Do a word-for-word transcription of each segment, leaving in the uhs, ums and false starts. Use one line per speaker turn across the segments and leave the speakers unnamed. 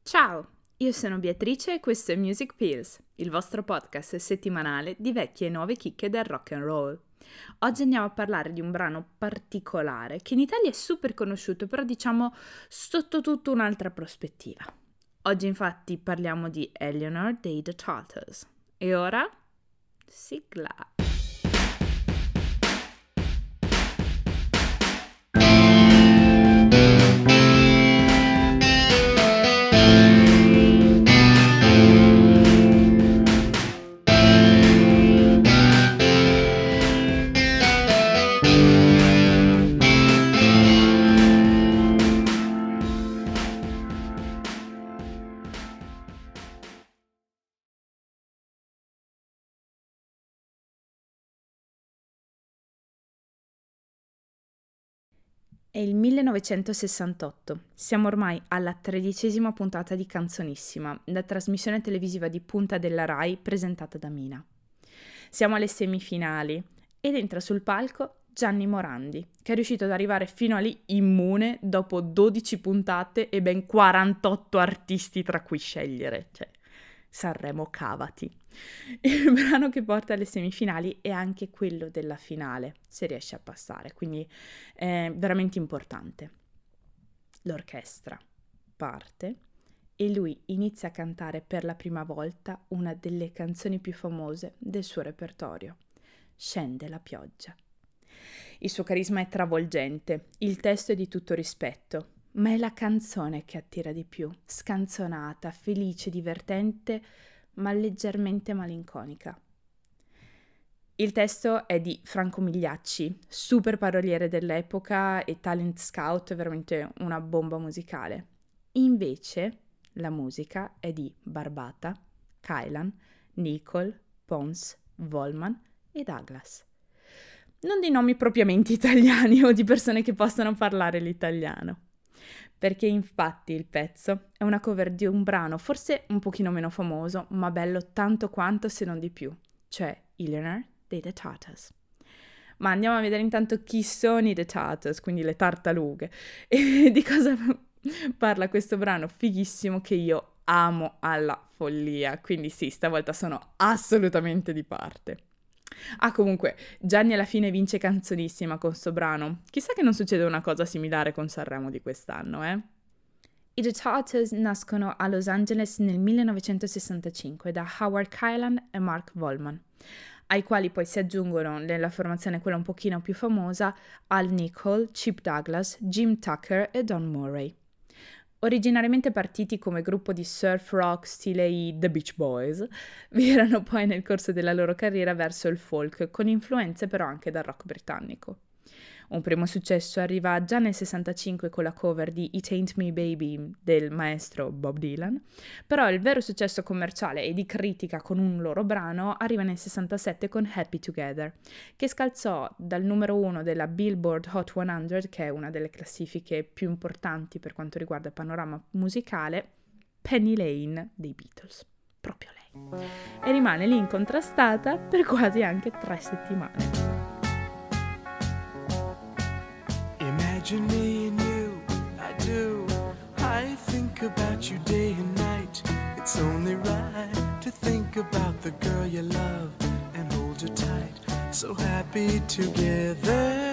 Ciao, io sono Beatrice e questo è Music Pills, il vostro podcast settimanale di vecchie e nuove chicche del rock and roll. Oggi andiamo a parlare di un brano particolare che in Italia è super conosciuto, però diciamo sotto tutta un'altra prospettiva. Oggi infatti parliamo di Eleanor dei The Tartars. E ora? Sigla! È il millenovecentosessantotto, siamo ormai alla tredicesima puntata di Canzonissima, la trasmissione televisiva di punta della Rai presentata da Mina. Siamo alle semifinali ed entra sul palco Gianni Morandi, che è riuscito ad arrivare fino a lì immune dopo dodici puntate e ben quarantotto artisti tra cui scegliere, cioè Sanremo cavati. Il brano che porta alle semifinali è anche quello della finale, se riesce a passare, quindi è veramente importante. L'orchestra parte e lui inizia a cantare per la prima volta una delle canzoni più famose del suo repertorio, Scende la pioggia. Il suo carisma è travolgente, il testo è di tutto rispetto, ma è la canzone che attira di più, scanzonata, felice, divertente, ma leggermente malinconica. Il testo è di Franco Migliacci, super paroliere dell'epoca e talent scout, veramente una bomba musicale. Invece la musica è di Barbata, Kylan, Nicole, Pons, Volman e Douglas. Non di nomi propriamente italiani o di persone che possano parlare l'italiano. Perché infatti il pezzo è una cover di un brano forse un pochino meno famoso, ma bello tanto quanto se non di più, cioè Eleanor dei The Tartars. Ma andiamo a vedere intanto chi sono i The Tartars, quindi le tartarughe, e di cosa parla questo brano fighissimo che io amo alla follia, quindi sì, stavolta sono assolutamente di parte. Ah, comunque, Gianni alla fine vince Canzonissima con sto brano. Chissà che non succede una cosa similare con Sanremo di quest'anno, eh? I The Tartars nascono a Los Angeles nel millenovecentosessantacinque da Howard Kylan e Mark Volman, ai quali poi si aggiungono, nella formazione quella un pochino più famosa, Al Nicol, Chip Douglas, Jim Tucker e Don Murray. Originariamente partiti come gruppo di surf rock stile i The Beach Boys, virano poi nel corso della loro carriera verso il folk, con influenze però anche dal rock britannico. Un primo successo arriva già nel sessantacinque con la cover di It Ain't Me Baby del maestro Bob Dylan, però il vero successo commerciale e di critica con un loro brano arriva nel sessantasette con Happy Together, che scalzò dal numero uno della Billboard Hot cento, che è una delle classifiche più importanti per quanto riguarda il panorama musicale, Penny Lane dei Beatles. Proprio lei. E rimane lì incontrastata per quasi anche tre settimane.
Imagine me and you, I do. I think about you day and night. It's only right to think about the girl you love and hold her tight. So happy together.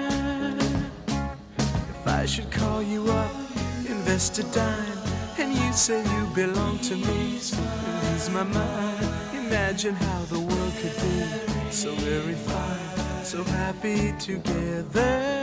If I should call you up, invest a dime, and you say you belong to me, lose my mind. Imagine how the world could be so very fine, so happy together.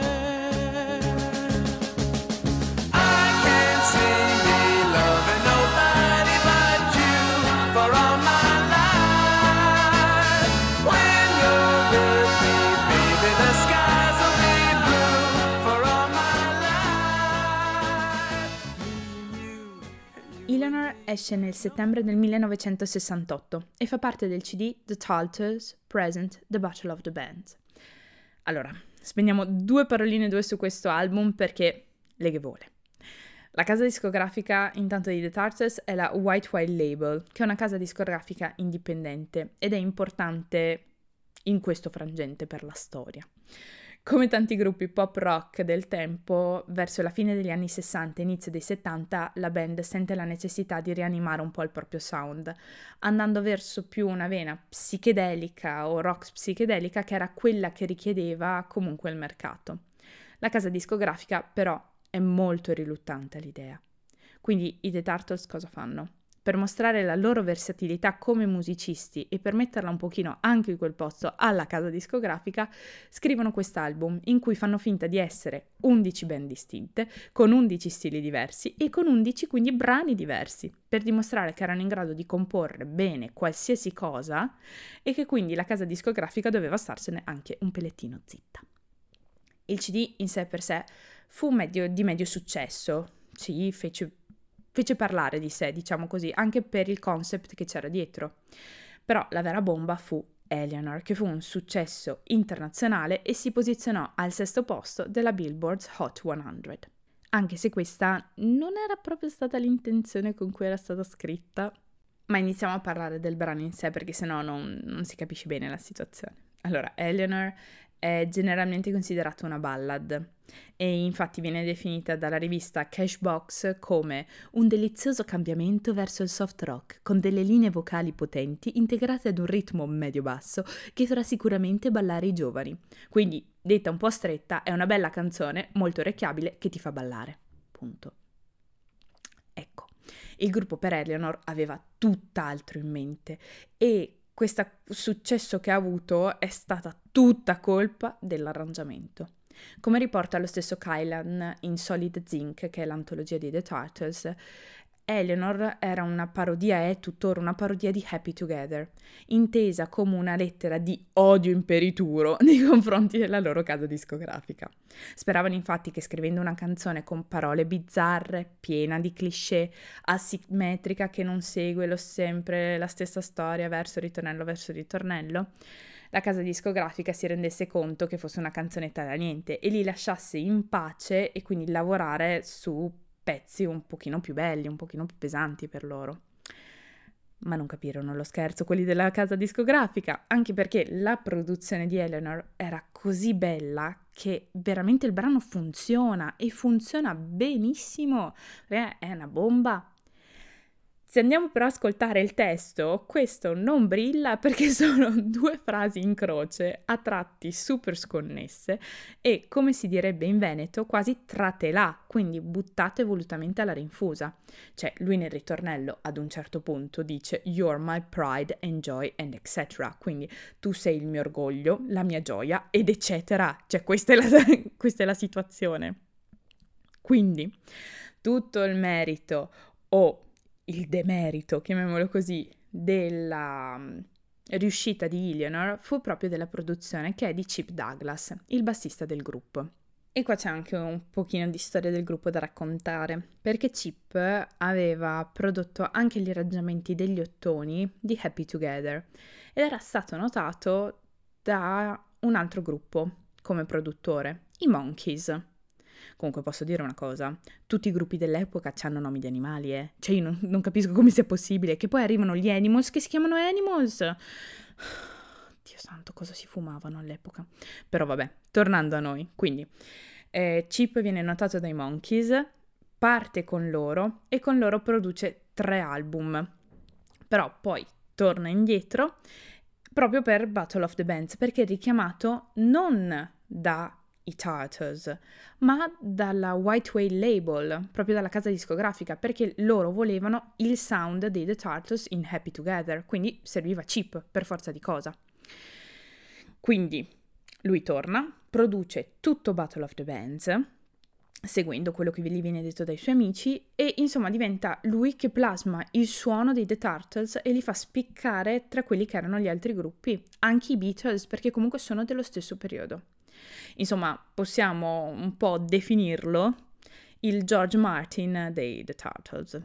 Eleanor esce nel settembre del millenovecentosessantotto e fa parte del C D The Tartars Present The Battle of the Bands. Allora, spendiamo due paroline due su questo album perché le che vuole. La casa discografica intanto di The Tartars è la White Whale Label, che è una casa discografica indipendente ed è importante in questo frangente per la storia. Come tanti gruppi pop rock del tempo, verso la fine degli anni sessanta e inizio dei settanta, la band sente la necessità di rianimare un po' il proprio sound, andando verso più una vena psichedelica o rock psichedelica, che era quella che richiedeva comunque il mercato. La casa discografica però è molto riluttante all'idea. Quindi i The Turtles cosa fanno? Per mostrare la loro versatilità come musicisti e per metterla un pochino anche in quel posto alla casa discografica, scrivono quest'album in cui fanno finta di essere undici band distinte, con undici stili diversi e con undici quindi brani diversi, per dimostrare che erano in grado di comporre bene qualsiasi cosa e che quindi la casa discografica doveva starsene anche un pelettino zitta. Il C D in sé per sé fu medio, di medio successo, sì, fece fece parlare di sé, diciamo così, anche per il concept che c'era dietro. Però la vera bomba fu Eleanor, che fu un successo internazionale e si posizionò al sesto posto della Billboard's Hot cento, anche se questa non era proprio stata l'intenzione con cui era stata scritta. Ma iniziamo a parlare del brano in sé, perché sennò non, non si capisce bene la situazione. Allora, Eleanor è generalmente considerata una ballad e infatti viene definita dalla rivista Cashbox come un delizioso cambiamento verso il soft rock con delle linee vocali potenti integrate ad un ritmo medio-basso che farà sicuramente ballare i giovani. Quindi, detta un po' stretta, è una bella canzone molto orecchiabile che ti fa ballare. Punto. Ecco, il gruppo per Eleanor aveva tutt'altro in mente e questo successo che ha avuto è stata tutta colpa dell'arrangiamento. Come riporta lo stesso Kylan in Solid Zinc, che è l'antologia di The Turtles, Eleanor era una parodia, è tuttora una parodia di Happy Together, intesa come una lettera di odio imperituro nei confronti della loro casa discografica. Speravano infatti che scrivendo una canzone con parole bizzarre, piena di cliché, asimmetrica che non segue lo sempre la stessa storia verso ritornello verso ritornello, la casa discografica si rendesse conto che fosse una canzonetta da niente e li lasciasse in pace e quindi lavorare su pezzi un pochino più belli, un pochino più pesanti per loro. Ma non capirono lo scherzo quelli della casa discografica, anche perché la produzione di Eleanor era così bella che veramente il brano funziona e funziona benissimo, è una bomba. Se andiamo però a ascoltare il testo, questo non brilla perché sono due frasi in croce, a tratti super sconnesse e, come si direbbe in Veneto, quasi tratelà, quindi buttate volutamente alla rinfusa. Cioè, lui nel ritornello ad un certo punto dice "You're my pride and joy and et cetera" Quindi tu sei il mio orgoglio, la mia gioia ed eccetera. Cioè, questa è la, questa è la situazione. Quindi, tutto il merito o il demerito, chiamiamolo così, della um, riuscita di Eleanor fu proprio della produzione, che è di Chip Douglas, il bassista del gruppo. E qua c'è anche un pochino di storia del gruppo da raccontare, perché Chip aveva prodotto anche gli arrangiamenti degli ottoni di Happy Together ed era stato notato da un altro gruppo come produttore, i Monkees. Comunque posso dire una cosa, tutti i gruppi dell'epoca hanno nomi di animali, eh. Cioè io non, non capisco come sia possibile, che poi arrivano gli Animals che si chiamano Animals. Dio santo, cosa si fumavano all'epoca. Però vabbè, tornando a noi, quindi eh, Chip viene notato dai Monkees, parte con loro e con loro produce tre album, però poi torna indietro proprio per Battle of the Bands, perché è richiamato non da i Turtles, ma dalla White Whale Label, proprio dalla casa discografica, perché loro volevano il sound dei The Turtles in Happy Together, quindi serviva Chip per forza di cosa. Quindi lui torna, produce tutto Battle of the Bands, seguendo quello che gli viene detto dai suoi amici, e insomma diventa lui che plasma il suono dei The Turtles e li fa spiccare tra quelli che erano gli altri gruppi, anche i Beatles, perché comunque sono dello stesso periodo. Insomma, possiamo un po' definirlo il George Martin dei The Turtles.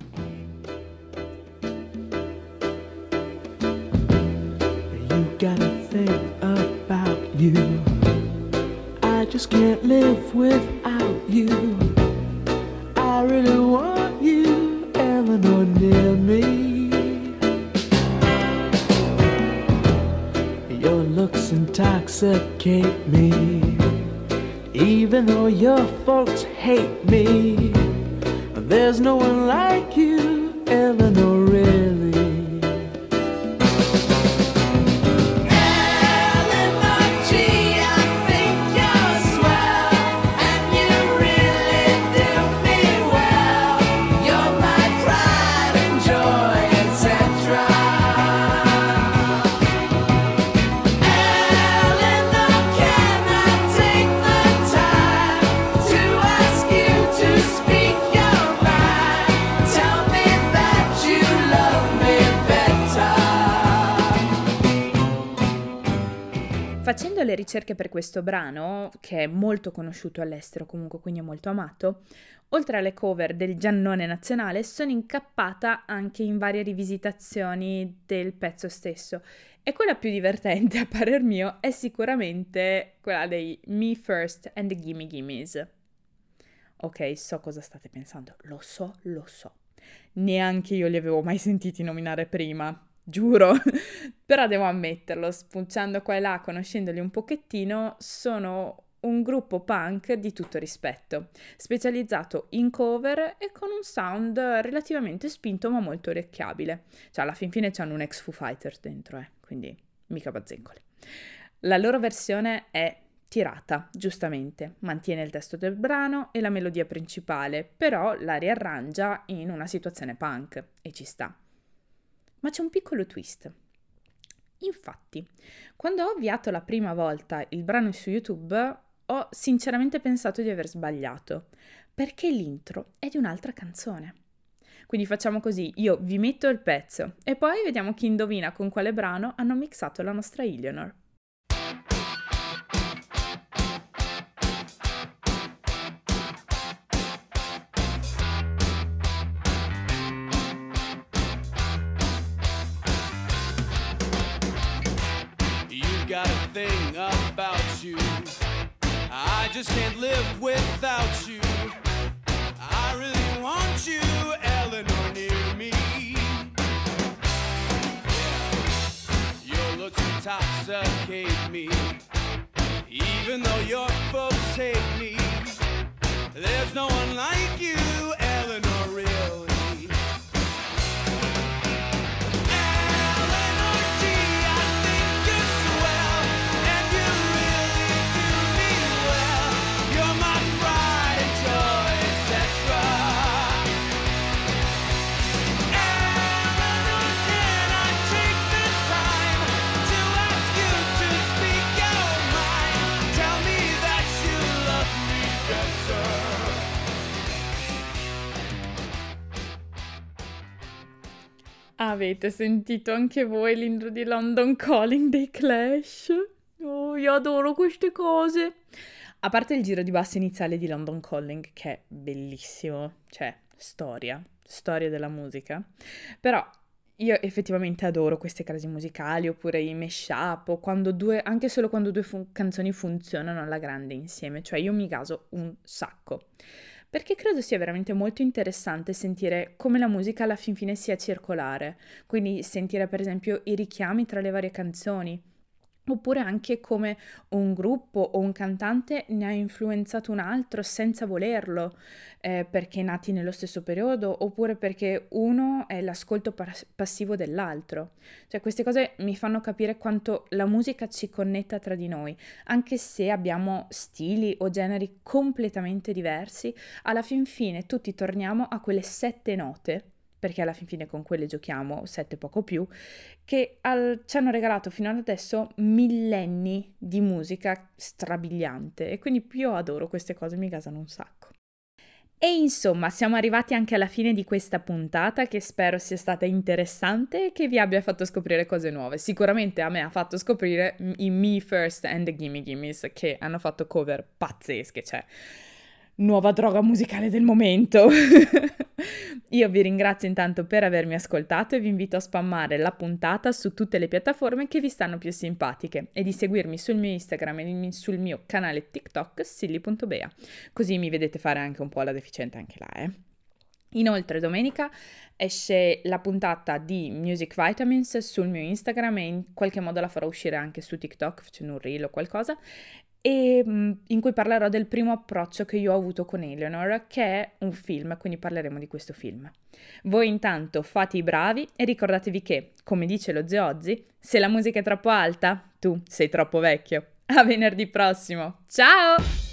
You gotta think about you. I just can't live without you. I really want you, Eleanor, near me. Your looks intoxicate me. Even though your folks hate me, there's no one like you, Eleanor, really.
Facendo le ricerche per questo brano, che è molto conosciuto all'estero comunque, quindi è molto amato, oltre alle cover del Giannone nazionale, sono incappata anche in varie rivisitazioni del pezzo stesso. E quella più divertente, a parer mio, è sicuramente quella dei Me First and the Gimme Gimmes. Ok, so cosa state pensando, lo so, lo so. Neanche io li avevo mai sentiti nominare prima. Giuro, però devo ammetterlo, spulciando qua e là, conoscendoli un pochettino, sono un gruppo punk di tutto rispetto, specializzato in cover e con un sound relativamente spinto ma molto orecchiabile. Cioè, alla fin fine c'hanno un ex Foo Fighters dentro, eh, quindi mica bazzeccole. La loro versione è tirata, giustamente, mantiene il testo del brano e la melodia principale, però la riarrangia in una situazione punk, e ci sta. Ma c'è un piccolo twist. Infatti, quando ho avviato la prima volta il brano su YouTube, ho sinceramente pensato di aver sbagliato, perché l'intro è di un'altra canzone. Quindi facciamo così, io vi metto il pezzo e poi vediamo chi indovina con quale brano hanno mixato la nostra Eleanor.
Got a thing about you, I just can't live without you. I really want you, Eleanor, near me. Your looks intoxicate me, even though your folks hate me. There's no one like you, Eleanor, really.
Avete sentito anche voi l'intro di London Calling dei Clash? Oh, io adoro queste cose. A parte il giro di basso iniziale di London Calling, che è bellissimo, cioè storia, storia della musica, però io effettivamente adoro queste crasi musicali, oppure i mashup, o quando due, anche solo quando due fun- canzoni funzionano alla grande insieme, cioè io mi gaso un sacco. Perché credo sia veramente molto interessante sentire come la musica alla fin fine sia circolare, quindi sentire per esempio i richiami tra le varie canzoni, oppure anche come un gruppo o un cantante ne ha influenzato un altro senza volerlo, eh, perché nati nello stesso periodo, oppure perché uno è l'ascolto pas- passivo dell'altro. Cioè queste cose mi fanno capire quanto la musica ci connetta tra di noi, anche se abbiamo stili o generi completamente diversi, alla fin fine tutti torniamo a quelle sette note, perché alla fin fine con quelle giochiamo, sette poco più, che al, ci hanno regalato fino ad adesso millenni di musica strabiliante, e quindi io adoro queste cose, mi gasano un sacco. E insomma, siamo arrivati anche alla fine di questa puntata, che spero sia stata interessante e che vi abbia fatto scoprire cose nuove. Sicuramente a me ha fatto scoprire i Me First and the Gimme Gimmes, che hanno fatto cover pazzesche, cioè nuova droga musicale del momento. Io vi ringrazio intanto per avermi ascoltato e vi invito a spammare la puntata su tutte le piattaforme che vi stanno più simpatiche e di seguirmi sul mio Instagram e sul mio canale TikTok silly punto bea, così mi vedete fare anche un po' la deficiente anche là, eh. Inoltre domenica esce la puntata di Music Vitamins sul mio Instagram e in qualche modo la farò uscire anche su TikTok facendo un reel o qualcosa. e mh, in cui parlerò del primo approccio che io ho avuto con Eleanor, che è un film, quindi parleremo di questo film. Voi intanto fate i bravi e ricordatevi che, come dice lo zio Ozzy, se la musica è troppo alta, tu sei troppo vecchio. A venerdì prossimo! Ciao!